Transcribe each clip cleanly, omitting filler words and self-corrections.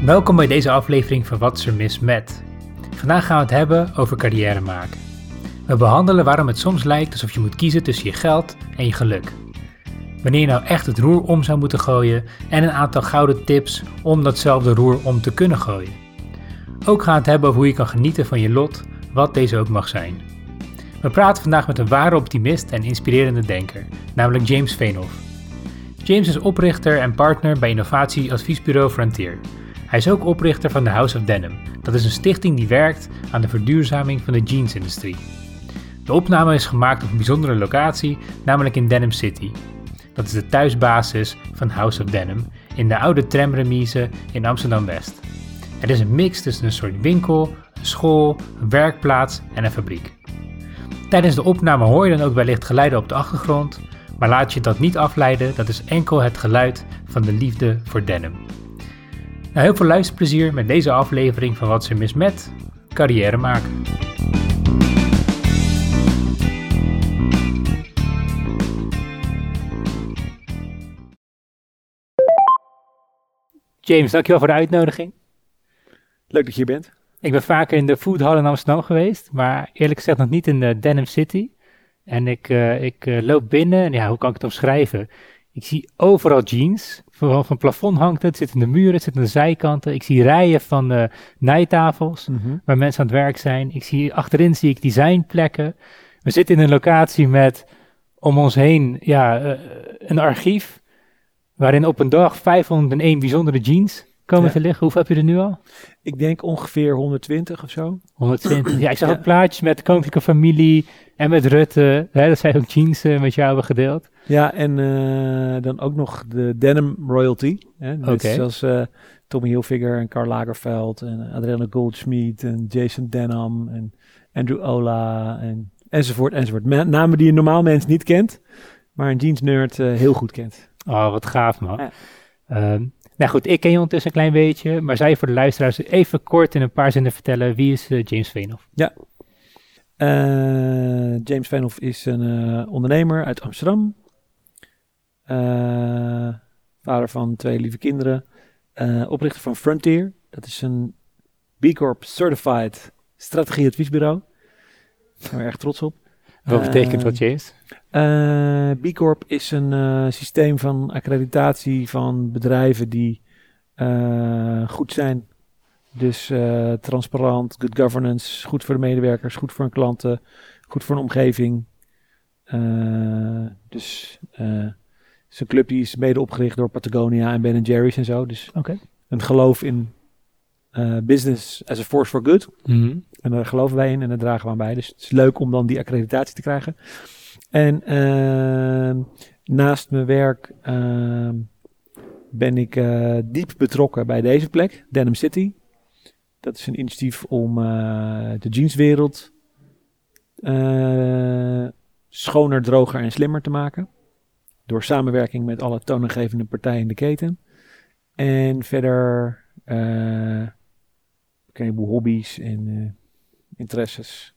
Welkom bij deze aflevering van Wat is er mis met. Vandaag gaan we het hebben over carrière maken. We behandelen waarom het soms lijkt alsof je moet kiezen tussen je geld en je geluk. Wanneer je nou echt het roer om zou moeten gooien en een aantal gouden tips om datzelfde roer om te kunnen gooien. Ook gaan we het hebben over hoe je kan genieten van je lot, wat deze ook mag zijn. We praten vandaag met een ware optimist en inspirerende denker, namelijk James Veenhoff. James is oprichter en partner bij innovatieadviesbureau Frontier. Hij is ook oprichter van de House of Denim. Dat is een stichting die werkt aan de verduurzaming van de jeansindustrie. De opname is gemaakt op een bijzondere locatie, namelijk in Denim City. Dat is de thuisbasis van House of Denim in de oude tramremise in Amsterdam-West. Het is een mix tussen een soort winkel, een school, een werkplaats en een fabriek. Tijdens de opname hoor je dan ook wellicht geluiden op de achtergrond, maar laat je dat niet afleiden, dat is enkel het geluid van de liefde voor denim. Nou, heel veel luisterplezier met deze aflevering van Wat is er mis met carrière maken. James, dankjewel voor de uitnodiging. Leuk dat je hier bent. Ik ben vaker in de foodhall in Amsterdam geweest, maar eerlijk gezegd nog niet in de Denim City. En ik loop binnen en ja, hoe kan ik het omschrijven? Ik zie overal jeans. Van het plafond hangt het zit in de muren, het zit aan de zijkanten. Ik zie rijen van naaitafels waar mensen aan het werk zijn. Achterin zie ik designplekken. We zitten in een locatie met om ons heen een archief waarin op een dag 501 bijzondere jeans komen te liggen. Hoeveel heb je er nu al? Ik denk ongeveer 120 of zo. 120. Ja, ik zag ook plaatjes met de koninklijke familie en met Rutte. Hè, dat zij ook jeans met jou hebben gedeeld. Ja, en dan ook nog de Denim Royalty. Zoals Tommy Hilfiger en Karl Lagerfeld en Adriana Goldschmidt en Jason Denham en Andrew Ola enzovoort. Namen die een normaal mens niet kent, maar een jeansnerd heel goed kent. Oh, wat gaaf, man. Ja. Nou goed, ik ken je ondertussen een klein beetje, maar zou je voor de luisteraars even kort in een paar zinnen vertellen, wie is James Veenhoff? Ja, James Veenhoff is een ondernemer uit Amsterdam, vader van 2 lieve kinderen, oprichter van Frontier, dat is een B Corp Certified strategieadviesbureau, daar zijn we erg trots op. Wat betekent dat, James? B Corp is een systeem van accreditatie van bedrijven die goed zijn. Dus transparant, good governance, goed voor de medewerkers, goed voor hun klanten, goed voor een omgeving. Dus het is een club die is mede opgericht door Patagonia en Ben & Jerry's en zo. Dus een geloof in business as a force for good. Mm-hmm. En daar geloven wij in en daar dragen we aan bij. Dus het is leuk om dan die accreditatie te krijgen. En naast mijn werk ben ik diep betrokken bij deze plek, Denim City. Dat is een initiatief om de jeanswereld schoner, droger en slimmer te maken. Door samenwerking met alle toonaangevende partijen in de keten. En verder een heleboel hobby's en interesses.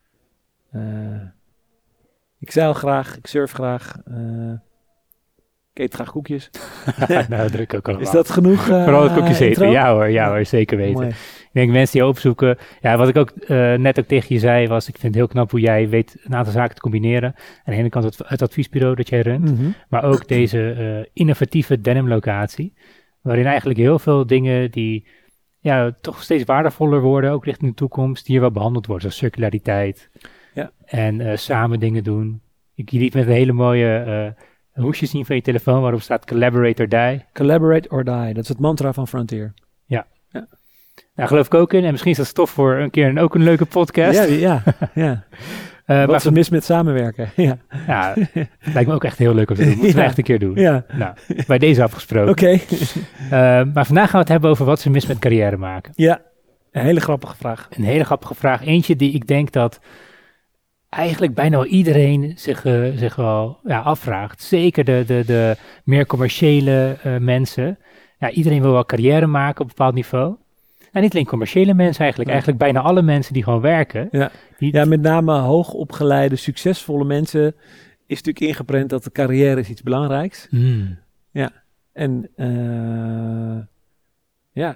Ik zeil graag, ik surf graag, ik eet graag koekjes. Nou, druk ook allemaal. Is dat genoeg? Vooral het koekjes eten, ja hoor, zeker weten. Mooi. Ik denk mensen die opzoeken, ja, wat ik ook net ook tegen je zei was, ik vind het heel knap hoe jij weet een aantal zaken te combineren. Aan de ene kant het adviesbureau dat jij runt, maar ook deze innovatieve denim locatie, waarin eigenlijk heel veel dingen die toch steeds waardevoller worden, ook richting de toekomst, die hier wel behandeld worden, zoals circulariteit. Ja. En samen dingen doen. Ik liet met een hele mooie hoesje zien van je telefoon waarop staat Collaborate or Die. Collaborate or Die, dat is het mantra van Frontier. Ja. Nou, geloof ik ook in. En misschien is dat stof voor een keer ook een leuke podcast. Ja. Wat is er mis met samenwerken? Ja, lijkt me ook echt heel leuk om te doen. Moeten we echt een keer doen. Ja. Nou, bij deze afgesproken. Oké. Maar vandaag gaan we het hebben over wat is er mis met carrière maken. Ja, een hele grappige vraag. Een hele grappige vraag. Eentje die ik denk dat eigenlijk bijna wel iedereen zich wel afvraagt. Zeker de meer commerciële mensen. Ja, iedereen wil wel carrière maken op een bepaald niveau. Nou, niet alleen commerciële mensen eigenlijk. Ja. Eigenlijk bijna alle mensen die gewoon werken. Ja, met name hoogopgeleide, succesvolle mensen is natuurlijk ingeprent dat de carrière is iets belangrijks. Ja, en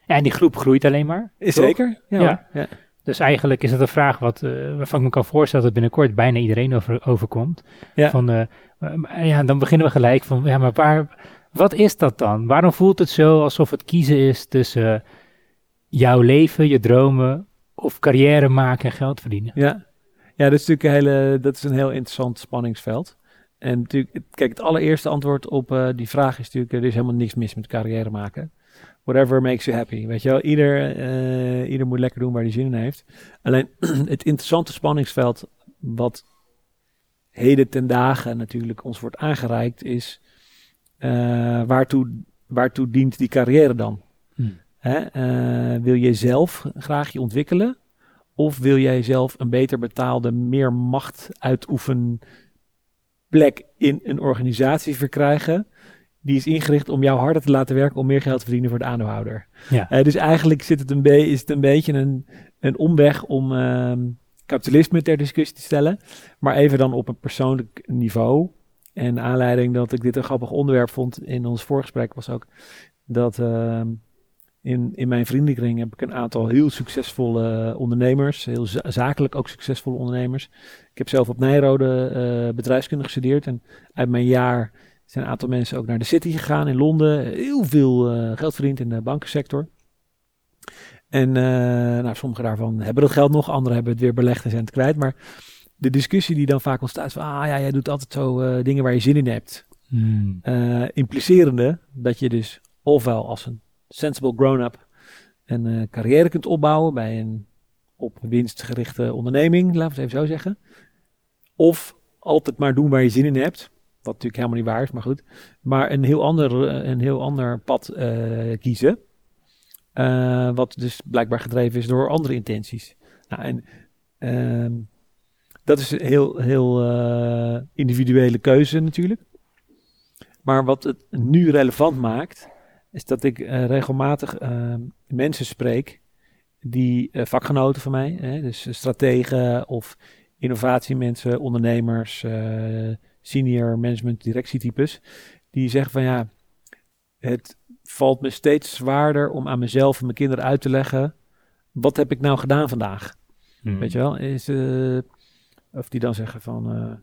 En die groep groeit alleen maar. Zeker, ja. Dus eigenlijk is het een vraag waarvan ik me kan voorstellen dat binnenkort bijna iedereen overkomt. Ja. Dan beginnen we gelijk van, maar wat is dat dan? Waarom voelt het zo alsof het kiezen is tussen jouw leven, je dromen of carrière maken en geld verdienen? Ja, dat is natuurlijk een heel interessant spanningsveld. En natuurlijk, kijk, het allereerste antwoord op die vraag is natuurlijk, er is helemaal niks mis met carrière maken. Whatever makes you happy, weet je wel. Ieder moet lekker doen waar hij zin in heeft. Alleen het interessante spanningsveld wat heden ten dagen natuurlijk ons wordt aangereikt is waartoe dient die carrière dan? Wil je zelf graag je ontwikkelen? Of wil jij zelf een beter betaalde, meer macht uitoefen plek in een organisatie verkrijgen? Die is ingericht om jou harder te laten werken om meer geld te verdienen voor de aandeelhouder. Ja. Dus eigenlijk is het een beetje een omweg om kapitalisme ter discussie te stellen. Maar even dan op een persoonlijk niveau. En de aanleiding dat ik dit een grappig onderwerp vond in ons voorgesprek was ook dat in mijn vriendenkring heb ik een aantal heel succesvolle ondernemers. Heel zakelijk ook succesvolle ondernemers. Ik heb zelf op Nijrode bedrijfskunde gestudeerd. En uit mijn jaar zijn een aantal mensen ook naar de City gegaan in Londen. Heel veel geld verdiend in de bankensector. En sommigen daarvan hebben dat geld nog. Anderen hebben het weer belegd en zijn het kwijt. Maar de discussie die dan vaak ontstaat is van... jij doet altijd zo dingen waar je zin in hebt. Implicerende dat je dus ofwel als een sensible grown-up een carrière kunt opbouwen bij een op winst gerichte onderneming. Laten we het even zo zeggen. Of altijd maar doen waar je zin in hebt. Wat natuurlijk helemaal niet waar is, maar goed. Maar een heel ander pad kiezen. Wat dus blijkbaar gedreven is door andere intenties. Dat is een heel individuele keuze natuurlijk. Maar wat het nu relevant maakt, is dat ik regelmatig mensen spreek die vakgenoten van mij, dus strategen of innovatiemensen, ondernemers, senior management directietypes, die zeggen van het valt me steeds zwaarder om aan mezelf en mijn kinderen uit te leggen, wat heb ik nou gedaan vandaag? Weet je wel? Of die dan zeggen van,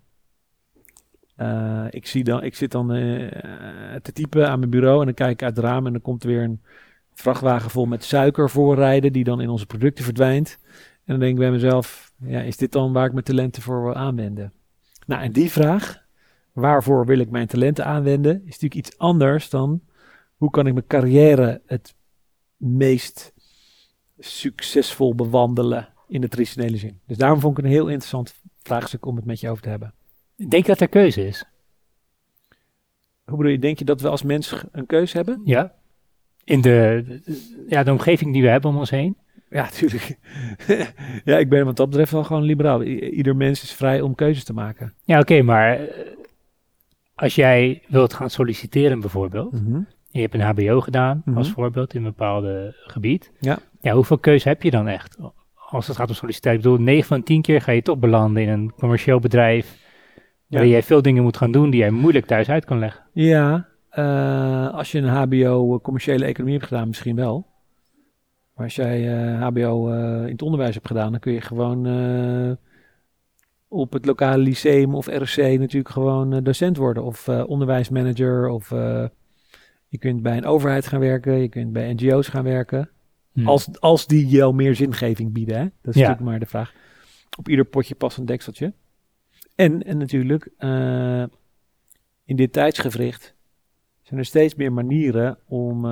ik zit dan te typen aan mijn bureau en dan kijk ik uit het raam en dan komt er weer een vrachtwagen vol met suiker voorrijden die dan in onze producten verdwijnt. En dan denk ik bij mezelf, is dit dan waar ik mijn talenten voor wil aanwenden? Nou, en die vraag, waarvoor wil ik mijn talenten aanwenden, is natuurlijk iets anders dan hoe kan ik mijn carrière het meest succesvol bewandelen in de traditionele zin. Dus daarom vond ik het een heel interessant vraagstuk om het met je over te hebben. Denk je dat er keuze is? Hoe bedoel je, denk je dat we als mens een keuze hebben? Ja. In de omgeving die we hebben om ons heen? Ja, natuurlijk. Ja, ik ben wat dat betreft wel gewoon liberaal. Ieder mens is vrij om keuzes te maken. Ja, oké, maar als jij wilt gaan solliciteren bijvoorbeeld, je hebt een HBO gedaan als voorbeeld in een bepaald gebied. Ja, hoeveel keuze heb je dan echt? Als het gaat om solliciteren, ik bedoel, 9 van 10 keer ga je toch belanden in een commercieel bedrijf waar jij veel dingen moet gaan doen die jij moeilijk thuis uit kan leggen. Ja, als je een HBO commerciële economie hebt gedaan, misschien wel. Maar als jij HBO in het onderwijs hebt gedaan, dan kun je gewoon op het lokale lyceum of RC natuurlijk gewoon docent worden. Of onderwijsmanager. Of je kunt bij een overheid gaan werken. Je kunt bij NGO's gaan werken. Als die jou meer zingeving bieden. Hè? Dat is natuurlijk maar de vraag. Op ieder potje past een dekseltje. En natuurlijk, in dit tijdsgewricht zijn er steeds meer manieren om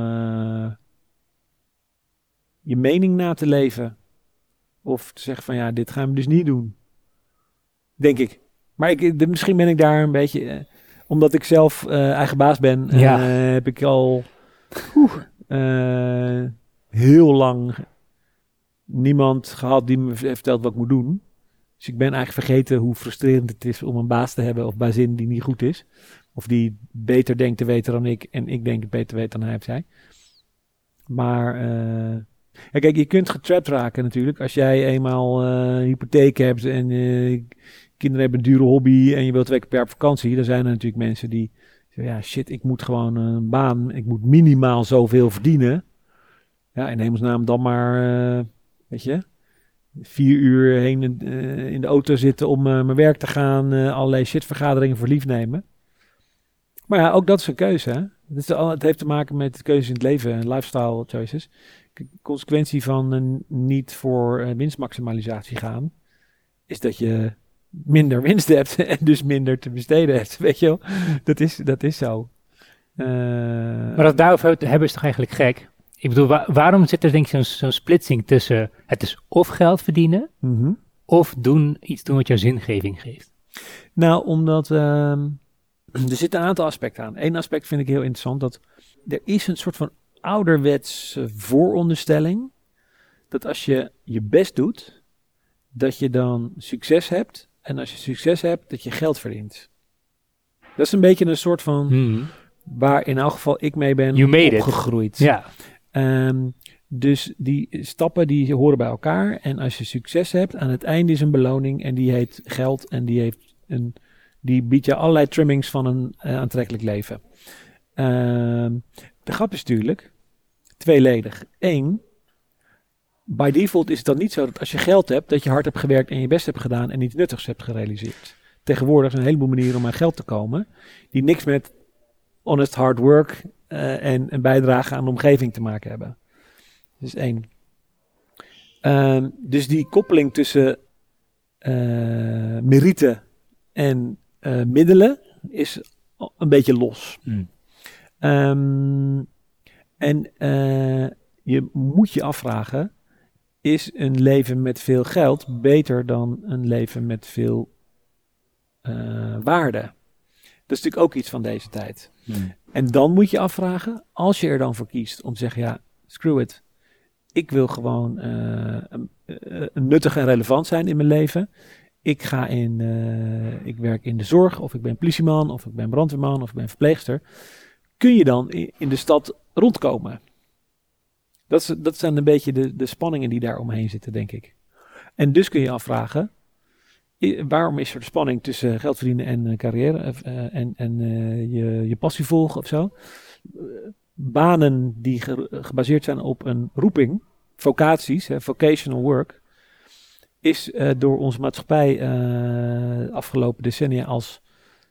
je mening na te leven. Of te zeggen van dit gaan we dus niet doen. Denk ik. Maar misschien ben ik daar een beetje, omdat ik zelf eigen baas ben, heb ik al heel lang niemand gehad die me vertelt wat ik moet doen. Dus ik ben eigenlijk vergeten hoe frustrerend het is om een baas te hebben of bazin die niet goed is. Of die beter denkt te weten dan ik en ik denk het beter weet dan hij of zij. Maar kijk, je kunt getrapt raken natuurlijk. Als jij eenmaal een hypotheek hebt en kinderen hebben een dure hobby en je wilt 2 keer per jaar op vakantie. Dan zijn er natuurlijk mensen die zeggen, ik moet gewoon een baan. Ik moet minimaal zoveel verdienen. Ja, in hemelsnaam dan maar, 4 uur heen in de auto zitten om mijn werk te gaan. Allerlei shitvergaderingen voor lief nemen. Maar ja, ook dat is een keuze. Hè? Het heeft te maken met keuzes in het leven en lifestyle choices. De consequentie van niet voor winstmaximalisatie gaan, is dat je minder winst hebt en dus minder te besteden hebt. Weet je wel? Dat is zo. Maar dat daarover hebben is toch eigenlijk gek? Ik bedoel, waarom zit er denk ik zo'n splitsing tussen het is of geld verdienen, of iets doen wat jou zingeving geeft? Nou, omdat er zitten een aantal aspecten aan. Eén aspect vind ik heel interessant, dat er is een soort van ouderwetse vooronderstelling, dat als je je best doet, dat je dan succes hebt, en als je succes hebt, dat je geld verdient. Dat is een beetje een soort van, waar in elk geval ik mee ben opgegroeid. Ja. Dus die stappen die horen bij elkaar. En als je succes hebt, aan het einde is een beloning. En die heet geld. En die biedt je allerlei trimmings van een aantrekkelijk leven. De grap is natuurlijk tweeledig. 1, by default is het dan niet zo dat als je geld hebt, dat je hard hebt gewerkt en je best hebt gedaan en iets nuttigs hebt gerealiseerd. Tegenwoordig zijn een heleboel manieren om aan geld te komen, die niks met honest hard work en een bijdrage aan de omgeving te maken hebben. Dat is 1. Dus die koppeling tussen merite en middelen is een beetje los. En je moet je afvragen, is een leven met veel geld beter dan een leven met veel waarde? Dat is natuurlijk ook iets van deze tijd. En dan moet je afvragen, als je er dan voor kiest om te zeggen, ja, screw it. Ik wil gewoon nuttig en relevant zijn in mijn leven. Ik werk in de zorg, of ik ben politieman, of ik ben brandweerman, of ik ben verpleegster. Kun je dan in de stad rondkomen? Dat zijn een beetje de spanningen die daar omheen zitten, denk ik. En dus kun je afvragen, waarom is er spanning tussen geld verdienen en carrière en je passie volgen of zo? Banen die gebaseerd zijn op een roeping, vocaties, vocational work, is door onze maatschappij de afgelopen decennia als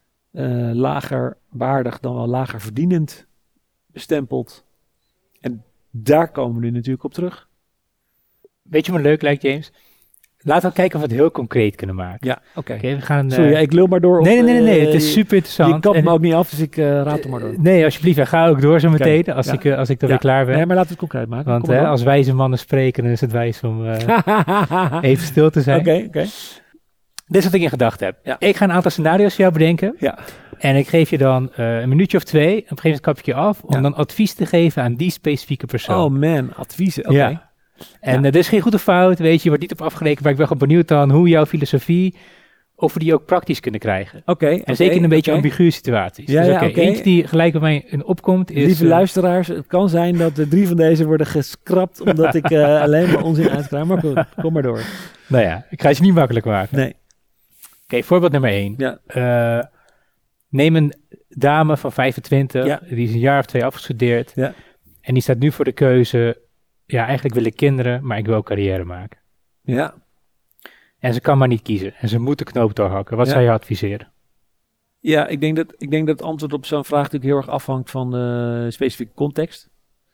lager waardig dan wel lager verdienend bestempeld. En daar komen we nu natuurlijk op terug. Weet je wat leuk lijkt, James? Laten we kijken of we het heel concreet kunnen maken. Ja, oké. We gaan. Sorry, ik lul maar door. Nee, het is super interessant. Je kapt me ook niet af, dus ik raad er maar door. Nee, alsjeblieft, ga ook door zo meteen, als ik weer klaar ben. Nee, maar laten we het concreet maken. Want als wijze mannen spreken, dan is het wijs om even stil te zijn. Oké. Dit is wat ik in gedachten heb. Ja. Ik ga een aantal scenario's voor jou bedenken. Ja. En ik geef je dan een minuutje of 2. Op een gegeven moment kap ik je af om dan advies te geven aan die specifieke persoon. Oh man, adviezen. Oké. Ja. En er is geen goed of fout, weet je, wordt niet op afgerekend, maar ik ben gewoon benieuwd aan hoe jouw filosofie, of we die ook praktisch kunnen krijgen. En zeker in een beetje ambiguë situaties. Ja, dus eentje die gelijk bij mij in opkomt is... Lieve luisteraars, het kan zijn dat de 3 van deze worden geschrapt, omdat ik alleen maar onzin uitkrijg. Maar goed, kom maar door. Nou ja, ik ga het je niet makkelijk maken. Nee. Oké, voorbeeld nummer 1. Ja. Neem een dame van 25, die is een jaar of 2 afgestudeerd. Ja. En die staat nu voor de keuze, ja, eigenlijk wil ik kinderen, maar ik wil ook carrière maken. Ja. En ze kan maar niet kiezen. En ze moet de knoop doorhakken. Wat zou je adviseren? Ja, ik denk dat het antwoord op zo'n vraag natuurlijk heel erg afhangt van de specifieke context.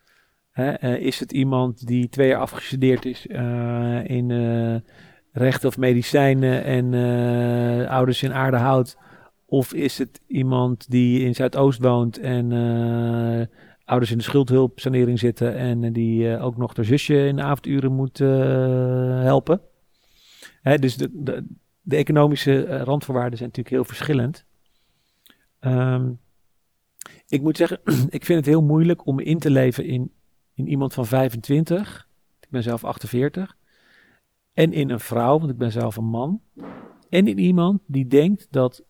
Is het iemand die 2 jaar afgestudeerd is in rechten of medicijnen en ouders in Aardehout? Of is het iemand die in Zuidoost woont en ouders in de schuldhulpsanering zitten en die ook nog haar zusje in de avonduren moet helpen? Dus de economische randvoorwaarden zijn natuurlijk heel verschillend. Ik moet zeggen, ik vind het heel moeilijk om me in te leven in iemand van 25. Ik ben zelf 48. En in een vrouw, want ik ben zelf een man. En in iemand die denkt dat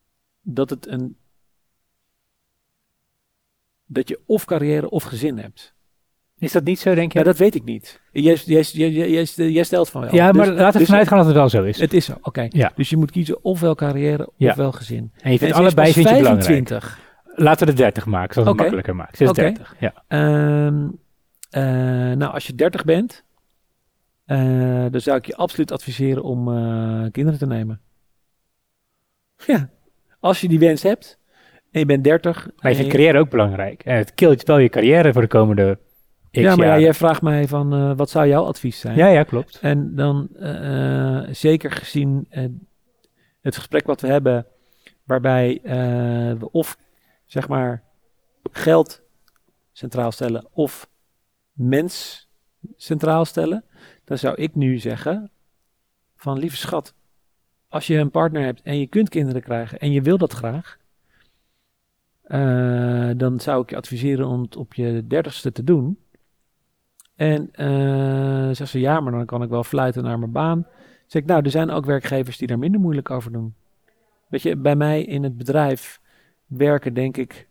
je of carrière of gezin hebt. Is dat niet zo, denk je? Ja, dat weet ik niet. Jij stelt van wel. Ja, maar laten we vanuit gaan dat het wel zo is. Het is zo, oké. Ja. Dus je moet kiezen ofwel carrière ofwel gezin. En je vindt allebei vind je belangrijk. Laten we de 30 maken, zodat het makkelijker maakt. 30, ja. Als je 30 bent, dan zou ik je absoluut adviseren om kinderen te nemen. Ja, als je die wens hebt en je bent 30. Maar is je carrière ook belangrijk? En het killt wel je carrière voor de komende x ja, maar jaar. jij vraagt mij van wat zou jouw advies zijn? Ja, klopt. En dan zeker gezien het gesprek wat we hebben, waarbij we of zeg maar geld centraal stellen of mens centraal stellen, dan zou ik nu zeggen van lieve schat, als je een partner hebt en je kunt kinderen krijgen en je wil dat graag, dan zou ik je adviseren om het op je 30ste te doen. En zegt ze, ja, maar dan kan ik wel fluiten naar mijn baan. Zeg ik, nou, er zijn ook werkgevers die daar minder moeilijk over doen. Weet je, bij mij in het bedrijf werken denk ik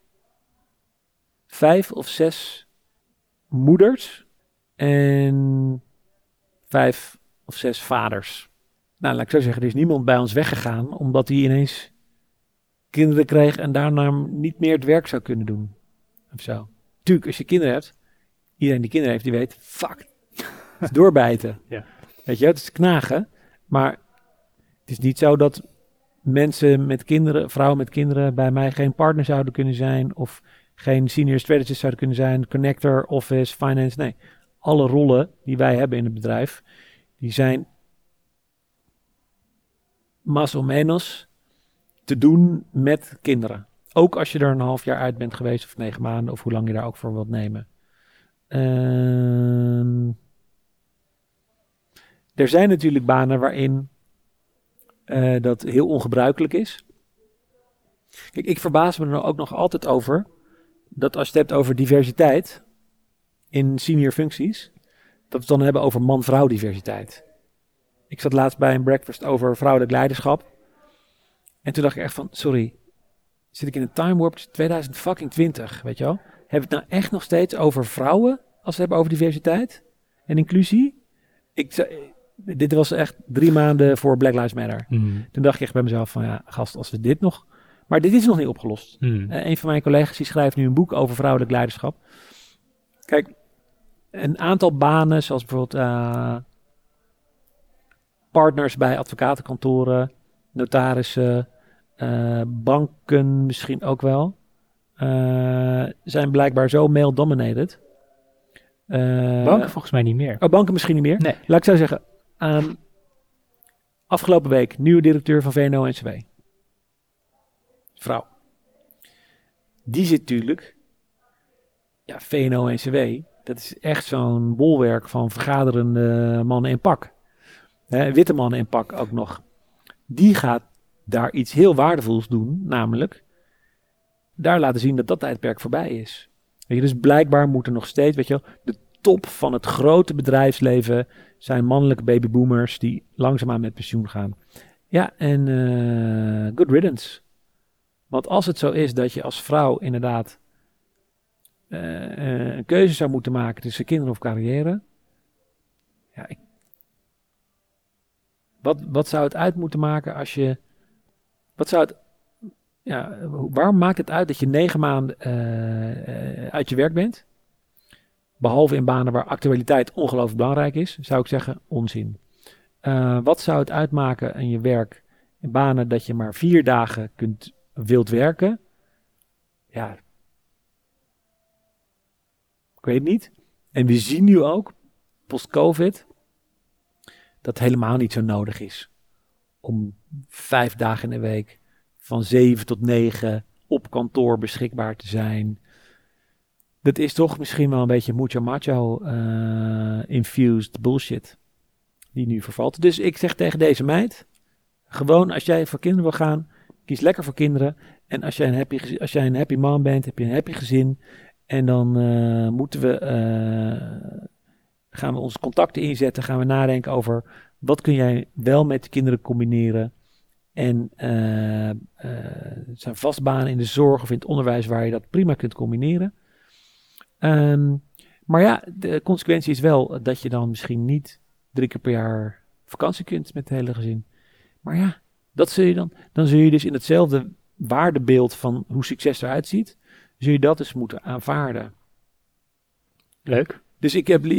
5 of 6 moeders en 5 of 6 vaders. Nou, laat ik zo zeggen, er is niemand bij ons weggegaan omdat hij ineens kinderen kreeg en daarna niet meer het werk zou kunnen doen. Of zo. Tuurlijk, als je kinderen hebt, iedereen die kinderen heeft, die weet, fuck, het is doorbijten. Ja. Weet je, het is knagen, maar het is niet zo dat mensen met kinderen, vrouwen met kinderen bij mij geen partner zouden kunnen zijn of geen senior strategist zouden kunnen zijn, connector, office, finance, nee. Alle rollen die wij hebben in het bedrijf, die zijn más o menos te doen met kinderen. Ook als je er een half jaar uit bent geweest of 9 maanden of hoe lang je daar ook voor wilt nemen. Er zijn natuurlijk banen waarin dat heel ongebruikelijk is. Kijk, ik verbaas me er ook nog altijd over dat als je het hebt over diversiteit in senior functies, dat we het dan hebben over man-vrouw diversiteit. Ik zat laatst bij een breakfast over vrouwelijk leiderschap. En toen dacht ik echt van, sorry, zit ik in een time warp 2020, weet je wel? Hebben we het nou echt nog steeds over vrouwen als we het hebben over diversiteit en inclusie? Dit was echt 3 maanden voor Black Lives Matter. Toen dacht ik echt bij mezelf van, ja, gast, als we dit nog... Maar dit is nog niet opgelost. Een van mijn collega's die schrijft nu een boek over vrouwelijk leiderschap. Kijk, een aantal banen, zoals bijvoorbeeld partners bij advocatenkantoren, notarissen, banken misschien ook wel, zijn blijkbaar zo male-dominated. Banken volgens mij niet meer. Oh, banken misschien niet meer? Nee. Laat ik zo zeggen, afgelopen week, nieuwe directeur van VNO-NCW. Vrouw. Die zit natuurlijk, ja, VNO-NCW, dat is echt zo'n bolwerk van vergaderende mannen in pak. Witte mannen in pak ook nog. Die gaat daar iets heel waardevols doen, namelijk daar laten zien dat dat tijdperk voorbij is. Weet je, dus blijkbaar moet er nog steeds, weet je wel, de top van het grote bedrijfsleven zijn mannelijke babyboomers die langzaamaan met pensioen gaan. Ja, en good riddance. Want als het zo is dat je als vrouw inderdaad een keuze zou moeten maken tussen kinderen of carrière. Ja, wat zou het uit moeten maken als je... waarom maakt het uit dat je 9 maanden uit je werk bent? Behalve in banen waar actualiteit ongelooflijk belangrijk is, zou ik zeggen onzin. Wat zou het uitmaken in je werk in banen dat je maar 4 dagen wilt werken? Ja, ik weet het niet. En we zien nu ook, post-COVID, dat het helemaal niet zo nodig is om 5 dagen in de week van 7 tot 9 op kantoor beschikbaar te zijn. Dat is toch misschien wel een beetje macho infused bullshit die nu vervalt. Dus ik zeg tegen deze meid, gewoon als jij voor kinderen wil gaan, kies lekker voor kinderen. En als jij een happy man bent, heb je een happy gezin. En dan gaan we onze contacten inzetten, gaan we nadenken over wat kun jij wel met de kinderen combineren. En het zijn vastbanen in de zorg of in het onderwijs waar je dat prima kunt combineren. Maar ja, de consequentie is wel dat je dan misschien niet 3 keer per jaar vakantie kunt met het hele gezin. Maar ja, dat zul je dan zul je dus in hetzelfde waardebeeld van hoe succes eruit ziet, zul je dat dus moeten aanvaarden. Leuk. Dus ik heb,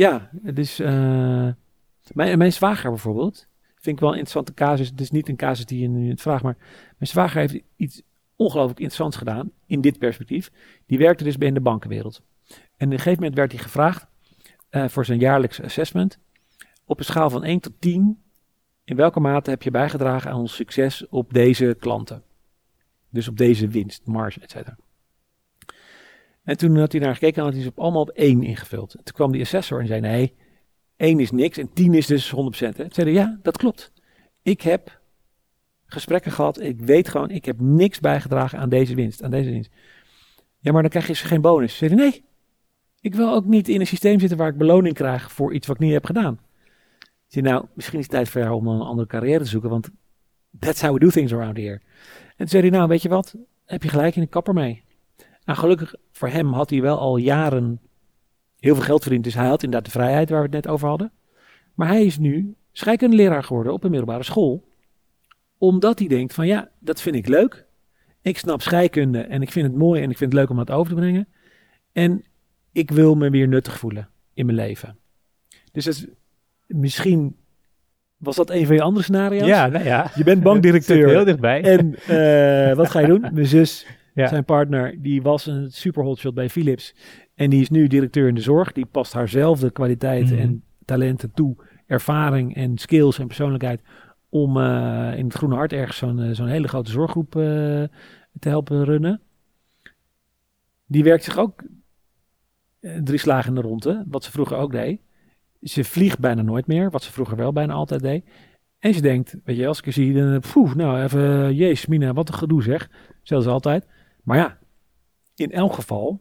mijn zwager bijvoorbeeld, vind ik wel een interessante casus. Het is niet een casus die je nu het vraagt, maar mijn zwager heeft iets ongelooflijk interessants gedaan in dit perspectief. Die werkte dus in de bankenwereld. En op een gegeven moment werd hij gevraagd voor zijn jaarlijks assessment. Op een schaal van 1 tot 10, in welke mate heb je bijgedragen aan ons succes op deze klanten? Dus op deze winst, marge, et cetera. En toen had hij naar gekeken en had hij ze allemaal op 1 ingevuld. En toen kwam die assessor en zei, nee, 1 is niks en 10 is dus 100%. Hè? Toen zei hij, ja, dat klopt. Ik heb gesprekken gehad, ik weet gewoon, ik heb niks bijgedragen aan deze winst, Ja, maar dan krijg je geen bonus. Zei hij, nee, ik wil ook niet in een systeem zitten waar ik beloning krijg voor iets wat ik niet heb gedaan. Zei, nou, misschien is het tijd voor jou om een andere carrière te zoeken, want that's how we do things around here. En toen zei hij, nou, weet je wat, heb je gelijk in de kapper mee. Nou, gelukkig voor hem had hij wel al jaren heel veel geld verdiend, dus hij had inderdaad de vrijheid waar we het net over hadden. Maar hij is nu scheikundeleraar geworden op een middelbare school, omdat hij denkt van ja, dat vind ik leuk. Ik snap scheikunde en ik vind het mooi en ik vind het leuk om dat over te brengen. En ik wil me weer nuttig voelen in mijn leven. Dus dat is, misschien was dat een van je andere scenario's. Ja, nou ja. Je bent bankdirecteur. Heel dichtbij. En wat ga je doen? Mijn zus, zijn partner, die was een super hotshot bij Philips. En die is nu directeur in de zorg. Die past haarzelfde kwaliteiten en talenten toe. Ervaring en skills en persoonlijkheid. Om in het Groene Hart ergens zo'n hele grote zorggroep te helpen runnen. Die werkt zich ook 3 slagen in de ronde. Wat ze vroeger ook deed. Ze vliegt bijna nooit meer. Wat ze vroeger wel bijna altijd deed. En ze denkt, weet je, als ik er zie, dan nou even, jezus mina, wat een gedoe zeg. Zelfs altijd. Maar ja, in elk geval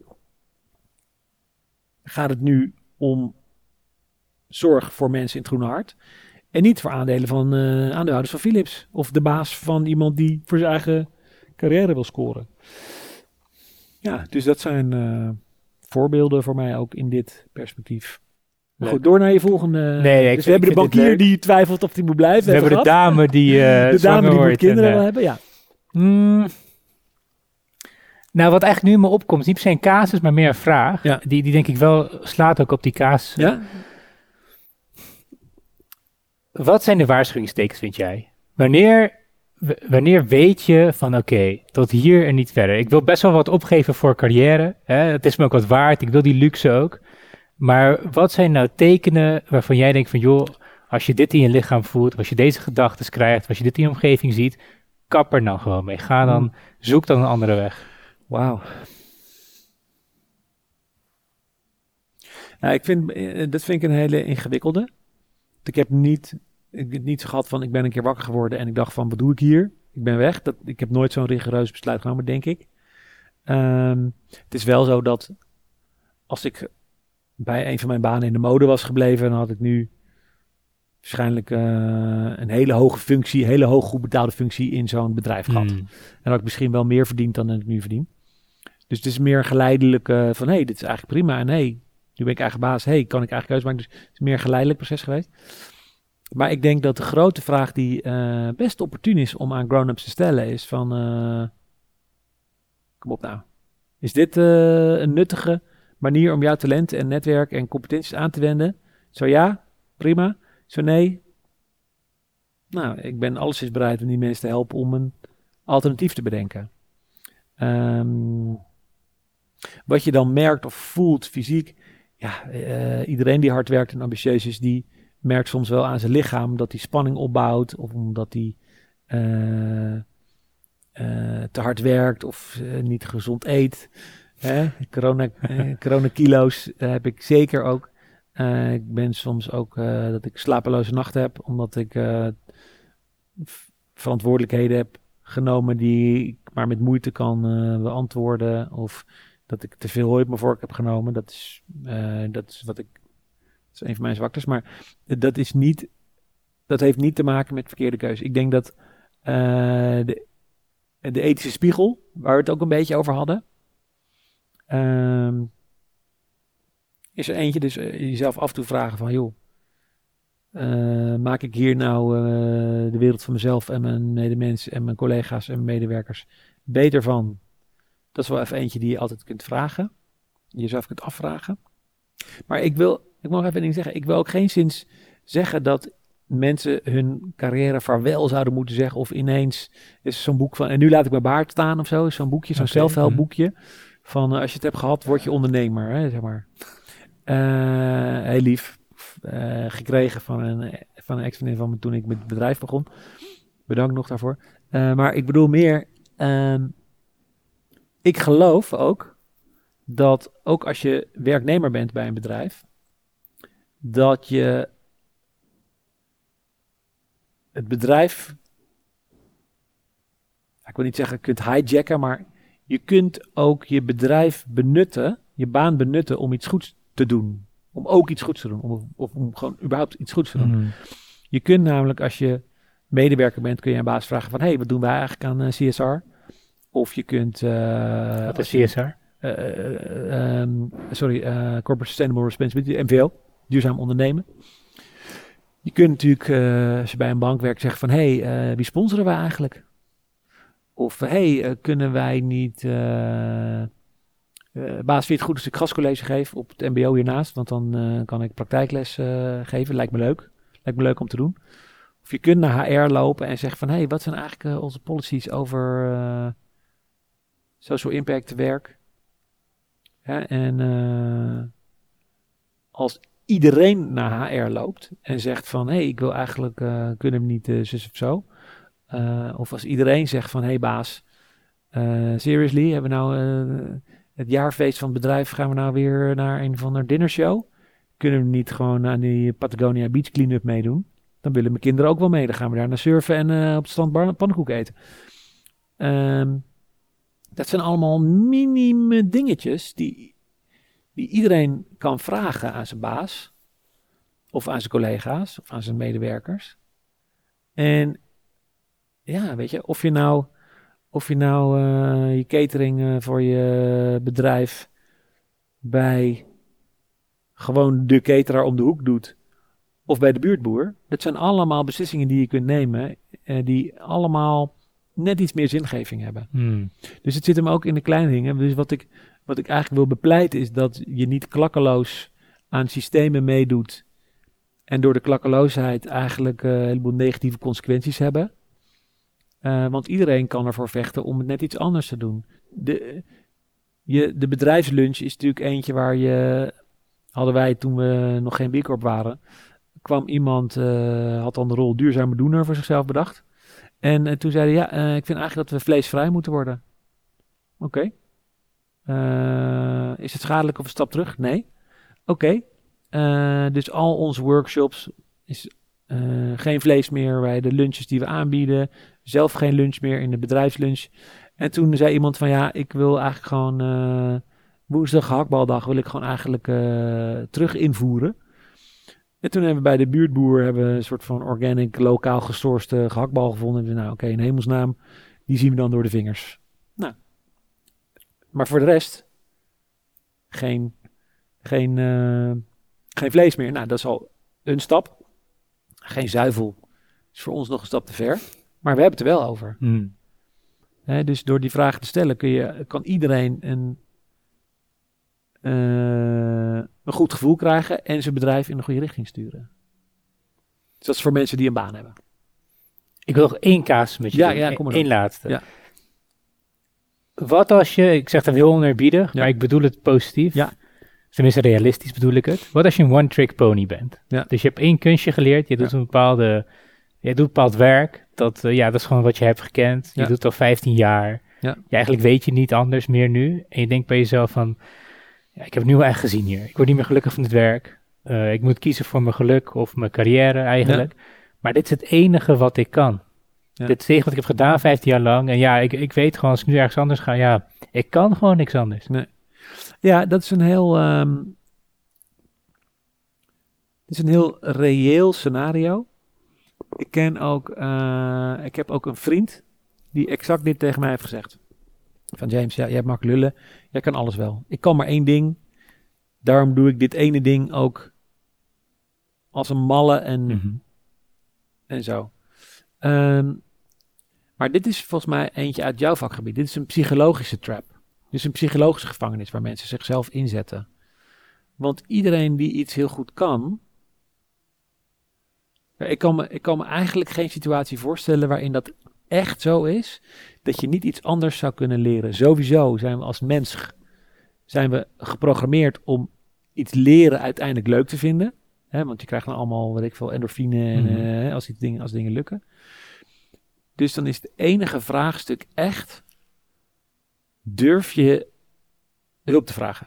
gaat het nu om zorg voor mensen in het Groene Hart. En niet voor aandelen van aandeelhouders van Philips. Of de baas van iemand die voor zijn eigen carrière wil scoren. Ja, dus dat zijn voorbeelden voor mij ook in dit perspectief. Maar goed, door naar je volgende. Nee, dus we hebben de bankier die twijfelt of hij moet blijven. We hebben de dame die moet kinderen wil hebben, ja. Nou, wat eigenlijk nu in me opkomt, is niet per se een casus, maar meer een vraag. Ja. Die denk ik wel slaat ook op die casus. Ja? Wat zijn de waarschuwingstekens, vind jij? Wanneer weet je van oké, tot hier en niet verder? Ik wil best wel wat opgeven voor carrière. Hè? Het is me ook wat waard. Ik wil die luxe ook. Maar wat zijn nou tekenen waarvan jij denkt van joh, als je dit in je lichaam voelt, of als je deze gedachten krijgt, als je dit in je omgeving ziet, kap er nou gewoon mee. Zoek dan een andere weg. Wauw. Nou, dat vind ik een hele ingewikkelde. Ik heb niet gehad van ik ben een keer wakker geworden en ik dacht van wat doe ik hier? Ik ben weg. Ik heb nooit zo'n rigoureus besluit genomen, denk ik. Het is wel zo dat als ik bij een van mijn banen in de mode was gebleven, dan had ik nu waarschijnlijk een hele hoge functie, hele hoog goed betaalde functie in zo'n bedrijf gehad. En had ik misschien wel meer verdiend dan ik nu verdien. Dus het is meer geleidelijk van dit is eigenlijk prima en nu ben ik eigen baas. Kan ik eigenlijk keuze maken? Dus het is meer een geleidelijk proces geweest. Maar ik denk dat de grote vraag die best opportun is om aan grown-ups te stellen is van kom op nou. Is dit een nuttige manier om jouw talenten en netwerk en competenties aan te wenden? Zo ja, prima. Zo nee. Nou, ik ben alleszins bereid om die mensen te helpen om een alternatief te bedenken. Wat je dan merkt of voelt fysiek. Ja, iedereen die hard werkt en ambitieus is, die merkt soms wel aan zijn lichaam dat hij spanning opbouwt. Of omdat hij te hard werkt of niet gezond eet. Coronakilo's heb ik zeker ook. Ik ben soms ook dat ik slapeloze nachten heb, omdat ik verantwoordelijkheden heb genomen die ik maar met moeite kan beantwoorden. Of dat ik te veel hooi op mijn vork heb genomen. Dat is een van mijn zwaktes. Maar dat heeft niet te maken met verkeerde keuze. Ik denk dat de ethische spiegel, waar we het ook een beetje over hadden, is er eentje, dus jezelf af en toe vragen van, joh, maak ik hier nou de wereld van mezelf en mijn medemens en mijn collega's en mijn medewerkers beter van? Dat is wel even eentje die je altijd kunt vragen, jezelf kunt afvragen. Maar ik wil ik mag even een ding zeggen. Ik wil ook geen zins zeggen dat mensen hun carrière vaarwel zouden moeten zeggen. Of ineens is zo'n boek van, en nu laat ik mijn baard staan of zo. Zo'n boekje, zo'n zelfhelpboekje. Van als je het hebt gehad, word je ondernemer. Hè, zeg maar. Heel lief. Gekregen van een ex-vriendin van me toen ik met het bedrijf begon. Bedankt nog daarvoor. Maar ik bedoel meer, ik geloof ook dat ook als je werknemer bent bij een bedrijf, dat je het bedrijf, ik wil niet zeggen kunt hijacken, maar je kunt ook je bedrijf benutten, je baan benutten om iets goeds te doen. Om ook iets goeds te doen. Of om gewoon überhaupt iets goeds te doen. Mm-hmm. Je kunt namelijk, als je medewerker bent, kun je aan baas vragen van, hey, wat doen wij eigenlijk aan CSR? Of je kunt... wat is CSR? Corporate Sustainable Responsibility, MVO, duurzaam ondernemen. Je kunt natuurlijk, als je bij een bank werkt, zeggen van, hey, wie sponsoren wij eigenlijk? Of, kunnen wij niet... baas, vind je het goed als ik gastcollege geef op het mbo hiernaast? Want dan kan ik praktijkles geven. Lijkt me leuk. Lijkt me leuk om te doen. Of je kunt naar HR lopen en zeggen van, hey, wat zijn eigenlijk onze policies over social impact werk? Ja, en als iedereen naar HR loopt en zegt van, hey, ik wil eigenlijk, kunnen we niet zus of zo? Of als iedereen zegt van, hey baas, seriously, hebben we nou het jaarfeest van het bedrijf, gaan we nou weer naar een of ander dinnershow? Kunnen we niet gewoon aan die Patagonia Beach Cleanup meedoen? Dan willen mijn kinderen ook wel mee. Dan gaan we daar naar surfen en op het strand pannenkoek eten. Dat zijn allemaal minime dingetjes die iedereen kan vragen aan zijn baas. Of aan zijn collega's. Of aan zijn medewerkers. En ja, weet je, of je nou je catering voor je bedrijf bij gewoon de cateraar om de hoek doet. Of bij de buurtboer. Dat zijn allemaal beslissingen die je kunt nemen. Die allemaal net iets meer zingeving hebben. Dus het zit hem ook in de kleine dingen. Dus wat ik eigenlijk wil bepleiten is dat je niet klakkeloos aan systemen meedoet. En door de klakkeloosheid eigenlijk een heleboel negatieve consequenties hebben. Want iedereen kan ervoor vechten om het net iets anders te doen. De bedrijfslunch is natuurlijk eentje waar hadden wij toen we nog geen B Corp waren, kwam iemand, had dan de rol duurzame doener voor zichzelf bedacht. En toen zei hij, ik vind eigenlijk dat we vleesvrij moeten worden. Oké. Is het schadelijk of een stap terug? Nee. Oké. Dus al onze workshops is geen vlees meer bij de lunches die we aanbieden. Zelf geen lunch meer in de bedrijfslunch. En toen zei iemand van, ja, ik wil eigenlijk gewoon woensdag gehaktbaldag wil ik gewoon eigenlijk terug invoeren. En toen hebben we bij de buurtboer een soort van organic, lokaal gesourced gehaktbal gevonden. En nou, oké, in hemelsnaam, die zien we dan door de vingers. Nou, maar voor de rest, geen vlees meer. Nou, dat is al een stap. Geen zuivel is voor ons nog een stap te ver. Maar we hebben het er wel over. Dus door die vraag te stellen kan iedereen een goed gevoel krijgen en zijn bedrijf in de goede richting sturen. Dus dat is voor mensen die een baan hebben. Ik wil nog één kaas met je doen. Ja, kom maar. Eén laatste. Ja. Wat als je, ik zeg dat heel oneerbiedig, maar ik bedoel het positief. Ja. Tenminste realistisch bedoel ik het. Wat als je een one-trick pony bent? Ja. Dus je hebt één kunstje geleerd, je doet je doet bepaald werk. Dat is gewoon wat je hebt gekend. Je doet het al 15 jaar. Ja. Eigenlijk weet je niet anders meer nu. En je denkt bij jezelf van, ja, ik heb het nu wel echt gezien hier. Ik word niet meer gelukkig van het werk. Ik moet kiezen voor mijn geluk of mijn carrière eigenlijk. Ja. Maar dit is het enige wat ik kan. Ja. Dit is het enige wat ik heb gedaan 15 jaar lang. En ja, ik weet gewoon als ik nu ergens anders ga, ja, ik kan gewoon niks anders. Nee. Ja, dat is een heel reëel scenario. Ik heb ook een vriend die exact dit tegen mij heeft gezegd. Van James, ja, jij hebt makkelijk lullen. Jij kan alles wel. Ik kan maar één ding. Daarom doe ik dit ene ding ook als een malle en zo. Maar dit is volgens mij eentje uit jouw vakgebied. Dit is een psychologische trap. Dit is een psychologische gevangenis waar mensen zichzelf inzetten. Want iedereen die iets heel goed kan... Ik kan me eigenlijk geen situatie voorstellen waarin dat echt zo is, dat je niet iets anders zou kunnen leren. Sowieso zijn we als mens geprogrammeerd om iets leren uiteindelijk leuk te vinden. Want je krijgt dan allemaal, weet ik veel, endorfine als dingen lukken. Dus dan is het enige vraagstuk echt, durf je hulp te vragen?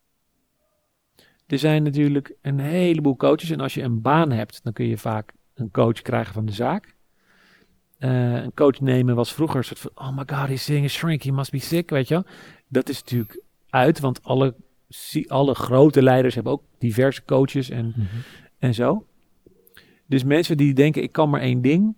Er zijn natuurlijk een heleboel coaches en als je een baan hebt, dan kun je vaak een coach krijgen van de zaak. Een coach nemen was vroeger een soort van, oh my god, he's seeing a shrink, he must be sick, weet je wel. Dat is natuurlijk uit, want alle grote leiders hebben ook diverse coaches en zo. Dus mensen die denken, ik kan maar één ding.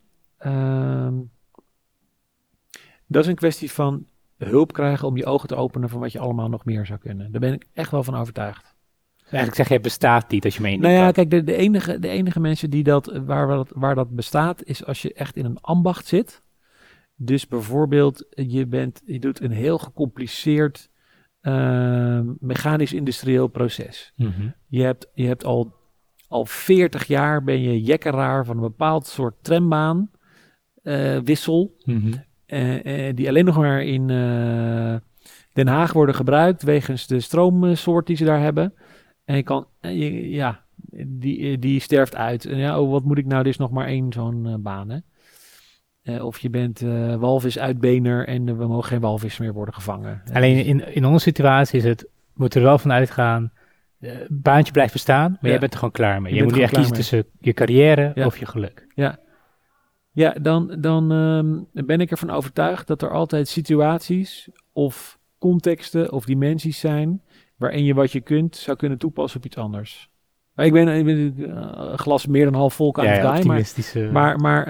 Dat is een kwestie van hulp krijgen om je ogen te openen van wat je allemaal nog meer zou kunnen. Daar ben ik echt wel van overtuigd. Eigenlijk zeg je, het bestaat niet als je mee. Nou ja, kijk, de enige mensen die waar dat bestaat, is als je echt in een ambacht zit. Dus bijvoorbeeld, je doet een heel gecompliceerd mechanisch-industrieel proces. Mm-hmm. Je hebt al 40 jaar ben je jekkeraar van een bepaald soort trambaan, wissel, die alleen nog maar in Den Haag worden gebruikt wegens de stroomsoort die ze daar hebben. En die sterft uit. En ja, wat moet ik nou? Er is nog maar één zo'n baan, hè? Of je bent walvisuitbener en we mogen geen walvis meer worden gevangen. Alleen in onze situatie moet er wel van uitgaan, baantje blijft bestaan, maar jij bent er gewoon klaar mee. Je moet echt kiezen tussen je carrière of je geluk. Ja, dan ben ik ervan overtuigd dat er altijd situaties of contexten of dimensies zijn waarin je wat je kunt zou kunnen toepassen op iets anders. Maar ik ben een glas meer dan half vol aan het draaien. Maar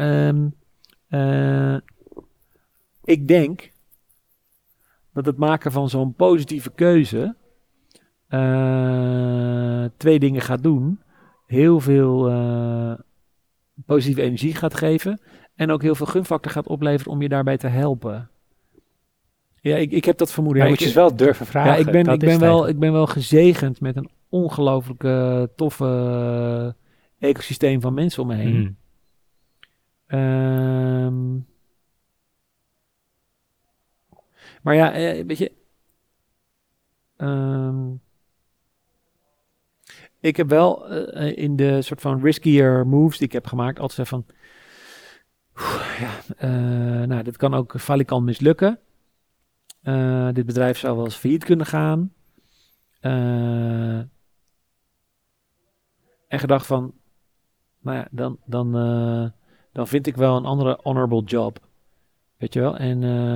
ik denk dat het maken van zo'n positieve keuze 2 dingen gaat doen. Heel veel positieve energie gaat geven. En ook heel veel gunfactor gaat opleveren om je daarbij te helpen. Ja, ik heb dat vermoeden. Maar moet je het wel durven vragen. Ja, ik ben wel gezegend met een ongelooflijke toffe ecosysteem van mensen om me heen. Maar ja, weet je... ik heb wel in de soort van riskier moves die ik heb gemaakt altijd van... nou, dit kan ook falikant mislukken. Dit bedrijf zou wel eens failliet kunnen gaan. En gedacht van... Nou ja, dan vind ik wel een andere honorable job. Weet je wel?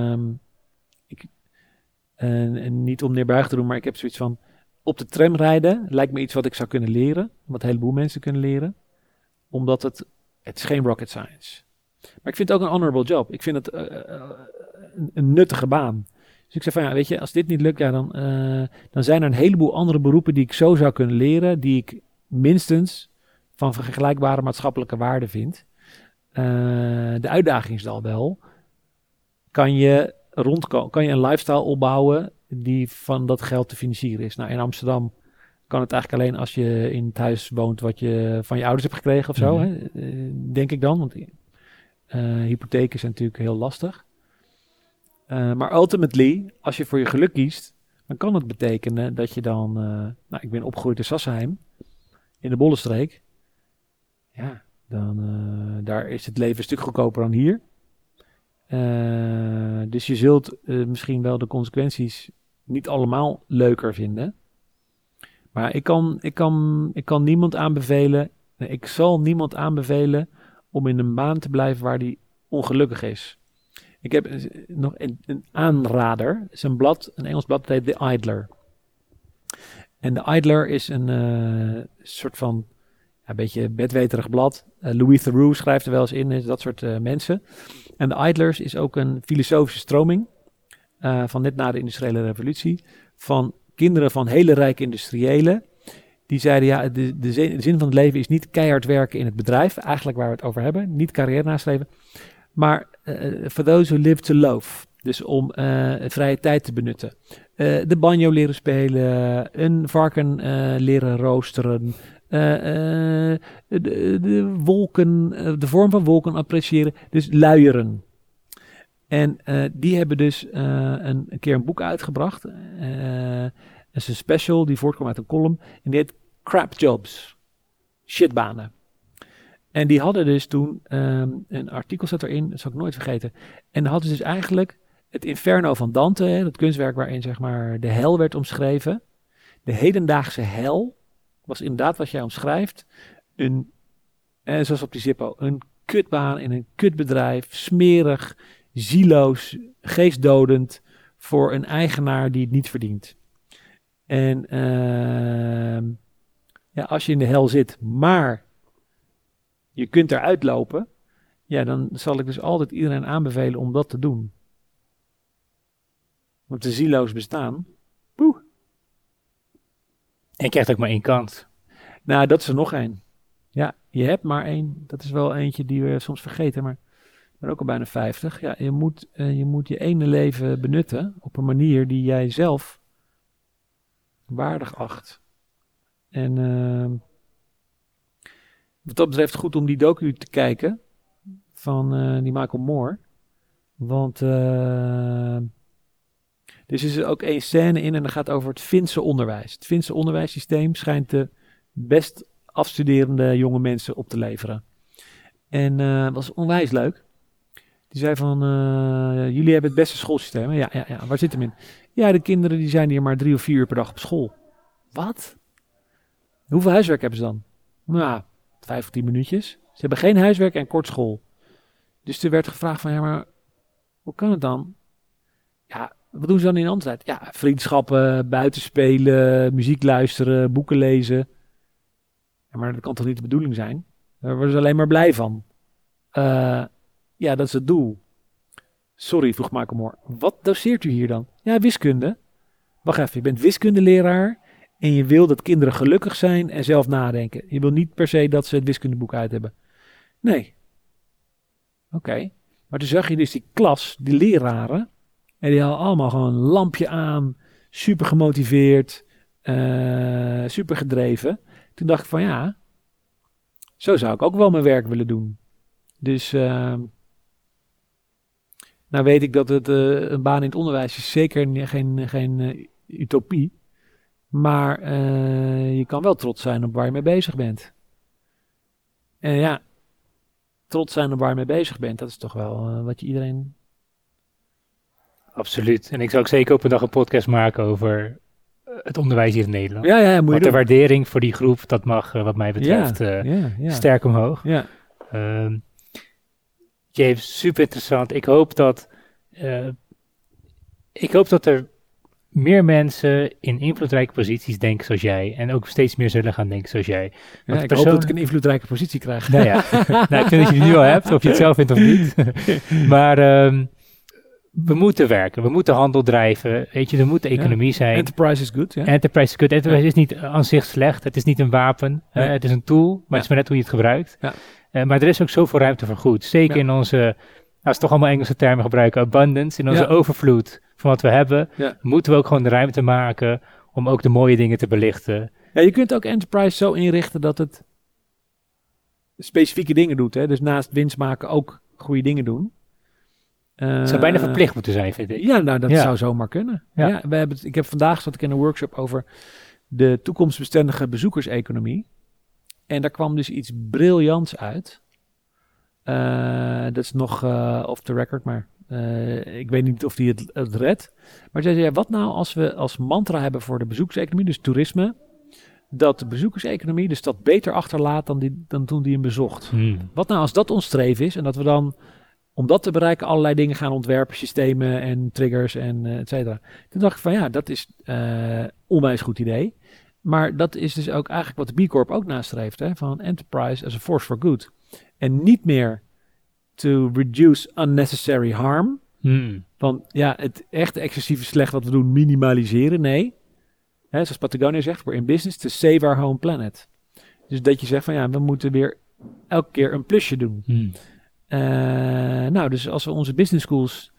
En niet om neerbuigend te doen, maar ik heb zoiets van... Op de tram rijden lijkt me iets wat ik zou kunnen leren. Wat een heleboel mensen kunnen leren. Omdat het is geen rocket science. Maar ik vind het ook een honorable job. Ik vind het een nuttige baan. Dus ik zei van ja, weet je, als dit niet lukt, ja, dan zijn er een heleboel andere beroepen die ik zo zou kunnen leren. Die ik minstens van vergelijkbare maatschappelijke waarde vind. De uitdaging is dan wel. Kan je een lifestyle opbouwen die van dat geld te financieren is? Nou, in Amsterdam kan het eigenlijk alleen als je in het huis woont wat je van je ouders hebt gekregen of zo. Hè? Denk ik dan, want hypotheken zijn natuurlijk heel lastig. Maar ultimately, als je voor je geluk kiest, dan kan het betekenen dat je dan... ik ben opgegroeid in Sassenheim, in de Bollenstreek. Ja, daar is het leven een stuk goedkoper dan hier. Dus je zult misschien wel de consequenties niet allemaal leuker vinden. Maar ik kan niemand aanbevelen... Ik zal niemand aanbevelen om in een baan te blijven waar die ongelukkig is. Ik heb nog een aanrader. Het is een Engels blad, dat heet The Idler. En The Idler is een soort van... een beetje bedweterig blad. Louis Theroux schrijft er wel eens in, dat soort mensen. En The Idlers is ook een filosofische stroming... van net na de industriële revolutie... van kinderen van hele rijke industriëlen... die zeiden, ja, de zin van het leven is niet keihard werken in het bedrijf... eigenlijk waar we het over hebben, niet carrière nastreven... maar for those who live to love. Dus om vrije tijd te benutten. De banjo leren spelen, een varken leren roosteren, de wolken, de vorm van wolken appreciëren, dus luieren. En die hebben dus een keer een boek uitgebracht. Het is een special die voortkwam uit een column en die heet Crap Jobs, shitbanen. En die hadden dus toen een artikel zat erin, dat zal ik nooit vergeten. En dan hadden ze dus eigenlijk het Inferno van Dante, het kunstwerk waarin zeg maar de hel werd omschreven. De hedendaagse hel was inderdaad wat jij omschrijft. Zoals op die Zippo, een kutbaan in een kutbedrijf, smerig, zieloos, geestdodend voor een eigenaar die het niet verdient. En als je in de hel zit, maar je kunt eruit lopen, ja, dan zal ik dus altijd iedereen aanbevelen om dat te doen. Want de zieloos bestaan, poeh. En je krijgt ook maar 1 kans. Nou, dat is er nog 1. Ja, je hebt maar 1. Dat is wel eentje die we soms vergeten, maar ik ben ook al bijna 50. Ja, je moet je ene leven benutten op een manier die jij zelf waardig acht. En wat dat betreft goed om die docu te kijken van die Michael Moore. Want er is ook 1 scène in en dat gaat over het Finse onderwijs. Het Finse onderwijssysteem schijnt de best afstuderende jonge mensen op te leveren. En dat was onwijs leuk. Die zei van, jullie hebben het beste schoolsysteem. Hè? Ja, waar zit hem in? Ja, de kinderen die zijn hier maar 3 of 4 uur per dag op school. Wat? Hoeveel huiswerk hebben ze dan? Nou, 5 of 10 minuutjes. Ze hebben geen huiswerk en kort school. Dus er werd gevraagd van, ja, maar hoe kan het dan? Ja, wat doen ze dan in de andere tijd? Ja, vriendschappen, buitenspelen, muziek luisteren, boeken lezen. Ja, maar dat kan toch niet de bedoeling zijn? Daar worden ze alleen maar blij van. Ja, dat is het doel. Sorry, vroeg Michael Moore. Wat doseert u hier dan? Ja, wiskunde. Wacht even, je bent wiskundeleraar en je wil dat kinderen gelukkig zijn en zelf nadenken. Je wil niet per se dat ze het wiskundeboek uit hebben. Nee. Oké. Maar toen zag je dus die klas, die leraren, en die hadden allemaal gewoon een lampje aan, super gemotiveerd, super gedreven. Toen dacht ik van ja, zo zou ik ook wel mijn werk willen doen. Dus nou weet ik dat het een baan in het onderwijs is zeker geen utopie. Maar je kan wel trots zijn op waar je mee bezig bent. En ja, trots zijn op waar je mee bezig bent, dat is toch wel wat je iedereen... Absoluut. En ik zou ook zeker op een dag een podcast maken over het onderwijs hier in Nederland. Ja, moet je Want de waardering voor die groep, dat mag wat mij betreft sterk omhoog. Ja. James, super interessant. Ik hoop dat er meer mensen in invloedrijke posities denken zoals jij. En ook steeds meer zullen gaan denken zoals jij. Ja, ik hoop dat ik een invloedrijke positie krijg. Nou ja, nou, ik vind dat je die nu al hebt, of je het zelf vindt of niet. Maar we moeten werken, we moeten handel drijven. Weet je, er moet de economie zijn. Enterprise is good. Ja. Enterprise is good. Enterprise is niet aan zich slecht. Het is niet een wapen. Het is een tool, maar het is maar net hoe je het gebruikt. Ja. Maar er is ook zoveel ruimte voor goed. Zeker in onze, als we toch allemaal Engelse termen gebruiken, abundance, in onze overvloed van wat we hebben, moeten we ook gewoon de ruimte maken om ook de mooie dingen te belichten. Ja, je kunt ook Enterprise zo inrichten dat het specifieke dingen doet. Hè? Dus naast winst maken ook goede dingen doen. Het zou bijna verplicht moeten zijn, vind ik. Ja, nou, dat zou zomaar kunnen. Ja. Ik heb vandaag zat ik in een workshop over de toekomstbestendige bezoekerseconomie. En daar kwam dus iets briljants uit. Dat is nog off the record, maar ik weet niet of die het redt. Maar zij zei, wat nou als we als mantra hebben voor de bezoekerseconomie, dus toerisme, dat de bezoekerseconomie de stad beter achterlaat dan toen die hem bezocht. Wat nou als dat ons streven is en dat we dan, om dat te bereiken, allerlei dingen gaan ontwerpen, systemen en triggers en et cetera. Toen dacht ik van ja, dat is onwijs goed idee. Maar dat is dus ook eigenlijk wat de B Corp ook nastreeft, hè? Van enterprise as a force for good. En niet meer to reduce unnecessary harm. Van ja, het echte excessieve slecht wat we doen, minimaliseren. Nee, hè, zoals Patagonia zegt, we're in business to save our home planet. Dus dat je zegt van ja, we moeten weer elke keer een plusje doen. Nou, dus als we onze business schools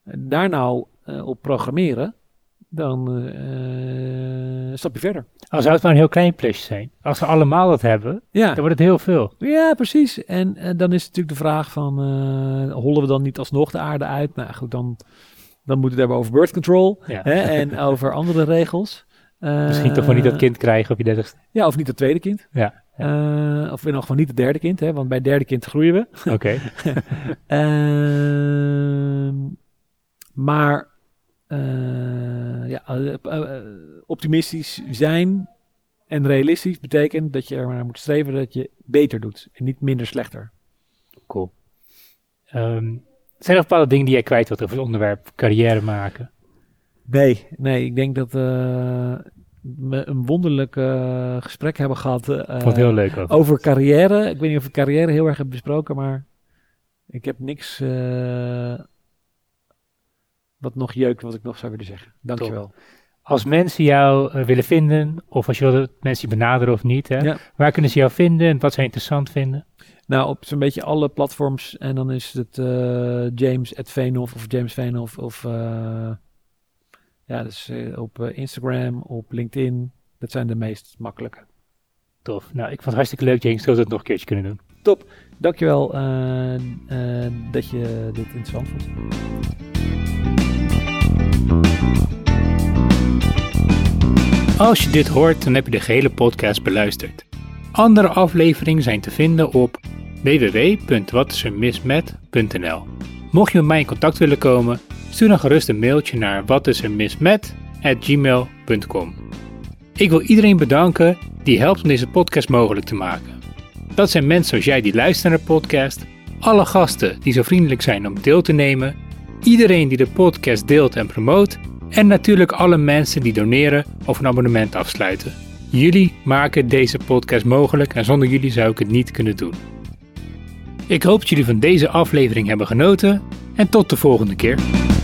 daar nou op programmeren, dan een stapje verder. Als zou het maar een heel klein plusje zijn. Als we allemaal dat hebben, dan wordt het heel veel. Ja, precies. En dan is natuurlijk de vraag van, hollen we dan niet alsnog de aarde uit? Nou goed, dan moet het hebben over birth control en over andere regels. Misschien toch wel niet dat kind krijgen op je 30ste. Ja, of niet het tweede kind. Ja. Of in elk geval niet het derde kind, want bij het derde kind groeien we. Oké. Maar optimistisch zijn en realistisch betekent dat je er maar moet streven dat je beter doet en niet minder slechter. Cool. Zijn er bepaalde dingen die jij kwijt wilt over het onderwerp carrière maken? Nee, ik denk dat we een wonderlijk gesprek hebben gehad vond heel leuk over carrière. Ik weet niet of we carrière heel erg hebben besproken, maar ik heb niks wat nog jeukt wat ik nog zou willen zeggen. Dankjewel. Als mensen jou willen vinden, of als je wil dat mensen je benaderen of niet, waar kunnen ze jou vinden en wat zij interessant vinden? Nou, op zo'n beetje alle platforms. En dan is het James@Veenhof of James Veenhof of dus op Instagram, op LinkedIn. Dat zijn de meest makkelijke. Tof. Nou, ik vond het hartstikke leuk, James. Ik zou het nog een keertje kunnen doen. Top. Dankjewel dat je dit interessant vond. Als je dit hoort, dan heb je de gehele podcast beluisterd. Andere afleveringen zijn te vinden op www.watisermismet.nl. Mocht je met mij in contact willen komen, stuur dan gerust een mailtje naar watisermismet@gmail.com. Ik wil iedereen bedanken die helpt om deze podcast mogelijk te maken. Dat zijn mensen zoals jij die luisteren naar de podcast, alle gasten die zo vriendelijk zijn om deel te nemen, iedereen die de podcast deelt en promoot en natuurlijk alle mensen die doneren of een abonnement afsluiten. Jullie maken deze podcast mogelijk en zonder jullie zou ik het niet kunnen doen. Ik hoop dat jullie van deze aflevering hebben genoten en tot de volgende keer.